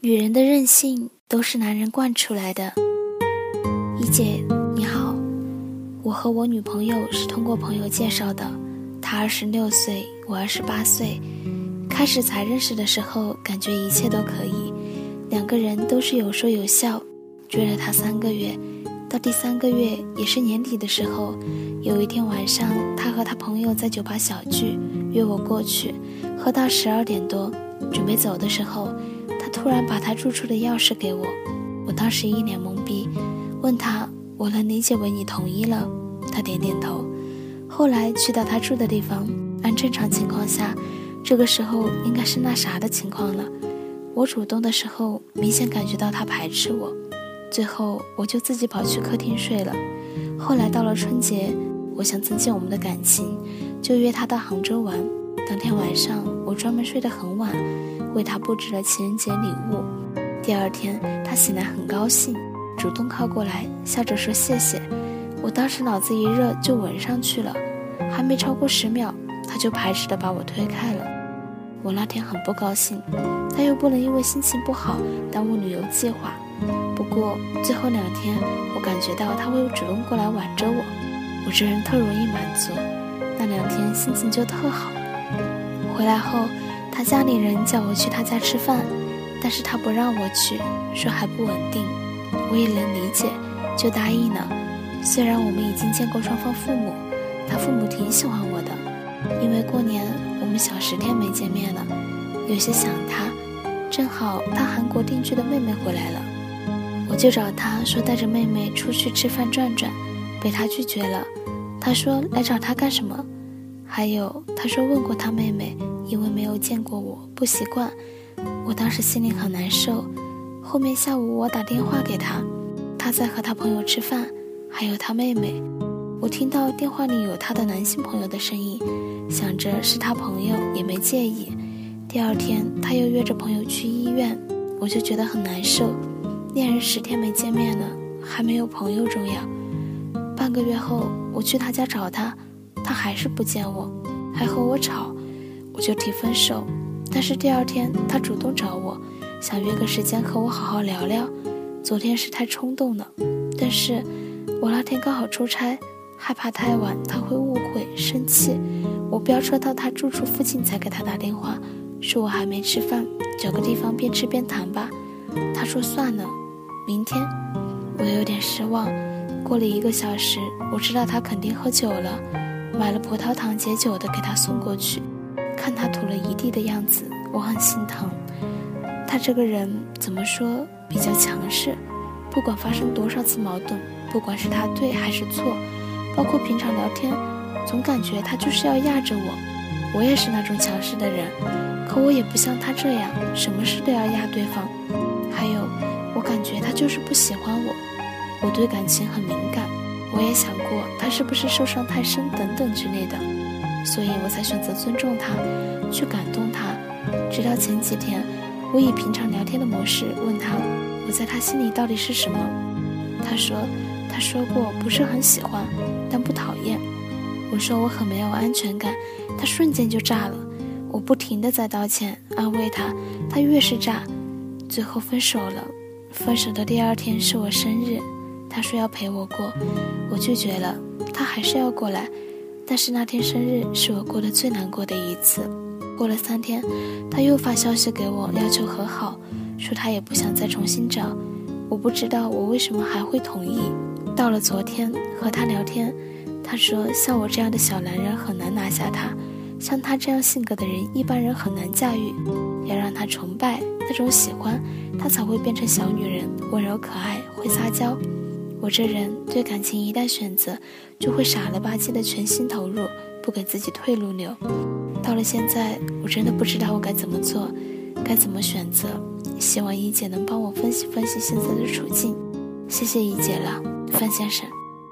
女人的任性都是男人惯出来的。一姐你好，我和我女朋友是通过朋友介绍的，她26岁，我28岁。开始才认识的时候，感觉一切都可以，两个人都是有说有笑，追了她3个月。到第3个月，也是年底的时候，有一天晚上，她和她朋友在酒吧小聚，约我过去，喝到12点多，准备走的时候，她突然把她住处的钥匙给我。我当时一脸懵逼，问她我能理解为你同意了？她点点头。后来去到她住的地方，按正常情况下，这个时候应该是那啥的情况了。我主动的时候，明显感觉到她排斥我，最后我就自己跑去客厅睡了。后来到了春节，我想增进我们的感情，就约她到杭州玩。当天晚上我专门睡得很晚，为她布置了情人节礼物。第二天她醒来很高兴，主动靠过来，笑着说谢谢。我当时脑子一热就吻上去了，还没超过10秒，她就排斥地把我推开了。我那天很不高兴，但又不能因为心情不好耽误旅游计划。不过最后2天，我感觉到她会主动过来挽着我。我这人特容易满足，那2天心情就特好。回来后，她家里人叫我去她家吃饭，但是她不让我去，说还不稳定。我也能理解，就答应了。虽然我们已经见过双方父母，她父母挺喜欢我的，因为过年我们小10天没见面了，有些想她。正好她韩国定居的妹妹回来了，我就找她说带着妹妹出去吃饭转转，被她拒绝了。她说来找她干什么？还有她说问过她妹妹，因为没有见过我不习惯。我当时心里很难受。后面下午我打电话给她，她在和她朋友吃饭，还有她妹妹。我听到电话里有她的男性朋友的声音，想着是她朋友，也没介意。第2天她又约着朋友去医院，我就觉得很难受。恋人10天没见面了，还没有朋友重要。半个月后我去她家找她，她还是不见我，还和我吵，我就提分手。但是第2天她主动找我，想约个时间和我好好聊聊。昨天是太冲动了，但是我那天刚好出差，害怕太晚她会误会生气，我飙车到她住处附近才给她打电话，说我还没吃饭，找个地方边吃边谈吧。她说算了，明天。我有点失望。过了1个小时，我知道她肯定喝酒了，买了葡萄糖解酒的给她送过去。看她吐了一地的样子，我很心疼。她这个人怎么说，比较强势，不管发生多少次矛盾，不管是她对还是错，包括平常聊天，总感觉她就是要压着我。我也是那种强势的人，可我也不像她这样什么事都要压对方。还有我感觉她就是不喜欢我。我对感情很敏感，我也想过她是不是受伤太深等等之类的，所以我才选择尊重她，去感动她。直到前几天，我以平常聊天的模式问她，我在她心里到底是什么。她说过不是很喜欢，但不讨厌。我说我很没有安全感，她瞬间就炸了。我不停地在道歉安慰她，她越是炸。最后分手了。分手的第2天是我生日，她说要陪我过，我拒绝了。她还是要过来，但是那天生日是我过得最难过的一次。过了3天，她又发消息给我要求和好，说她也不想再重新找。我不知道我为什么还会同意。到了昨天和她聊天，她说像我这样的小男人很难拿下她，像她这样性格的人一般人很难驾驭，要让她崇拜那种喜欢，她才会变成小女人，温柔可爱，会撒娇。我这人对感情一旦选择，就会傻了吧唧的全心投入，不给自己退路留。到了现在，我真的不知道我该怎么做，该怎么选择。希望一姐能帮我分析分析现在的处境。谢谢一姐了，范先生。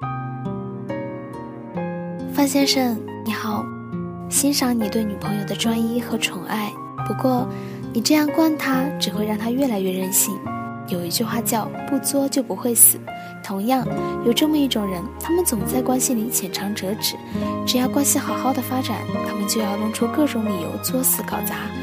范先生你好，欣赏你对女朋友的专一和宠爱，不过你这样惯她只会让她越来越任性。有一句话叫不作就不会死，同样有这么一种人，他们总在关系里浅尝辄止，只要关系好好的发展，他们就要弄出各种理由作死搞砸，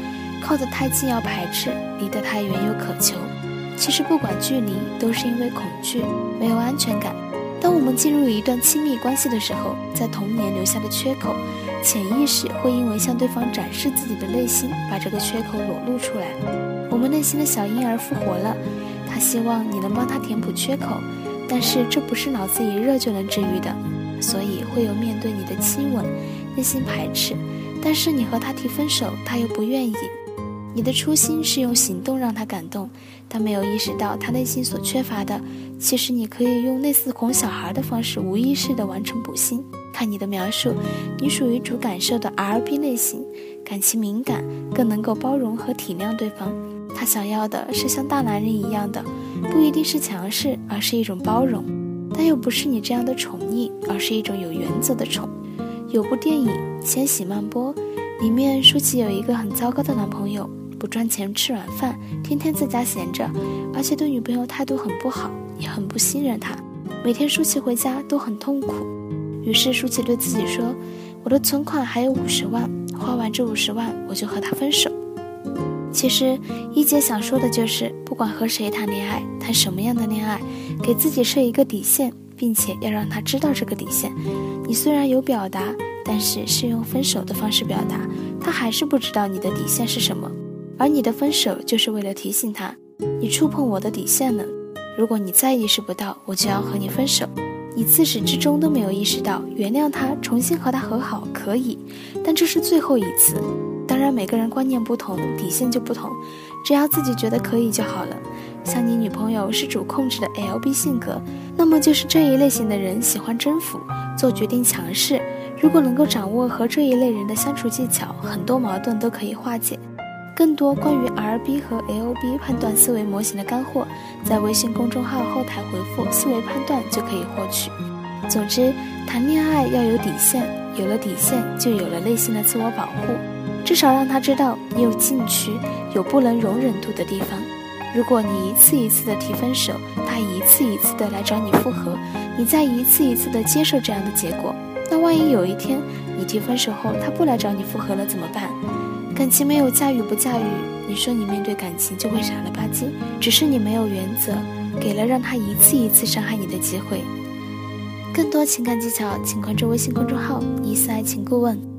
靠得太近要排斥，离得太远又渴求。其实不管距离，都是因为恐惧，没有安全感。当我们进入一段亲密关系的时候，在童年留下的缺口，潜意识会因为向对方展示自己的内心，把这个缺口裸露出来。我们内心的小婴儿复活了，他希望你能帮他填补缺口，但是这不是脑子一热就能治愈的，所以会有面对你的亲吻，内心排斥，但是你和他提分手，他又不愿意。你的初心是用行动让他感动，但没有意识到他内心所缺乏的，其实你可以用类似哄小孩的方式无意识地完成补心。看你的描述，你属于主感受的 RB 类型，感情敏感，更能够包容和体谅对方。他想要的是像大男人一样的，不一定是强势，而是一种包容，但又不是你这样的宠溺，而是一种有原则的宠。有部电影《千禧曼波》，里面舒淇有一个很糟糕的男朋友，不赚钱吃软饭，天天在家闲着，而且对女朋友态度很不好，也很不信任她。每天舒淇回家都很痛苦，于是舒淇对自己说，我的存款还有50万，花完这50万我就和他分手。其实一姐想说的就是，不管和谁谈恋爱，谈什么样的恋爱，给自己设一个底线，并且要让他知道这个底线。你虽然有表达，但是是用分手的方式表达，他还是不知道你的底线是什么。而你的分手就是为了提醒他，你触碰我的底线了，如果你再意识不到，我就要和你分手。你自始至终都没有意识到，原谅他，重新和他和好可以，但这是最后一次。当然每个人观念不同，底线就不同，只要自己觉得可以就好了。像你女朋友是主控制的 LB 性格，那么就是这一类型的人喜欢征服，做决定强势。如果能够掌握和这一类人的相处技巧，很多矛盾都可以化解。更多关于 RB 和 LB 判断思维模型的干货，在微信公众号后台回复思维判断就可以获取。总之，谈恋爱要有底线，有了底线就有了内心的自我保护，至少让他知道你有禁区，有不能容忍度的地方。如果你一次一次的提分手，他一次一次的来找你复合，你再一次一次的接受这样的结果，那万一有一天你提分手后他不来找你复合了怎么办？感情没有驾驭不驾驭，你说你面对感情就会傻了吧唧，只是你没有原则，给了让他一次一次伤害你的机会。更多情感技巧请关注微信公众号“伊思爱情顾问”。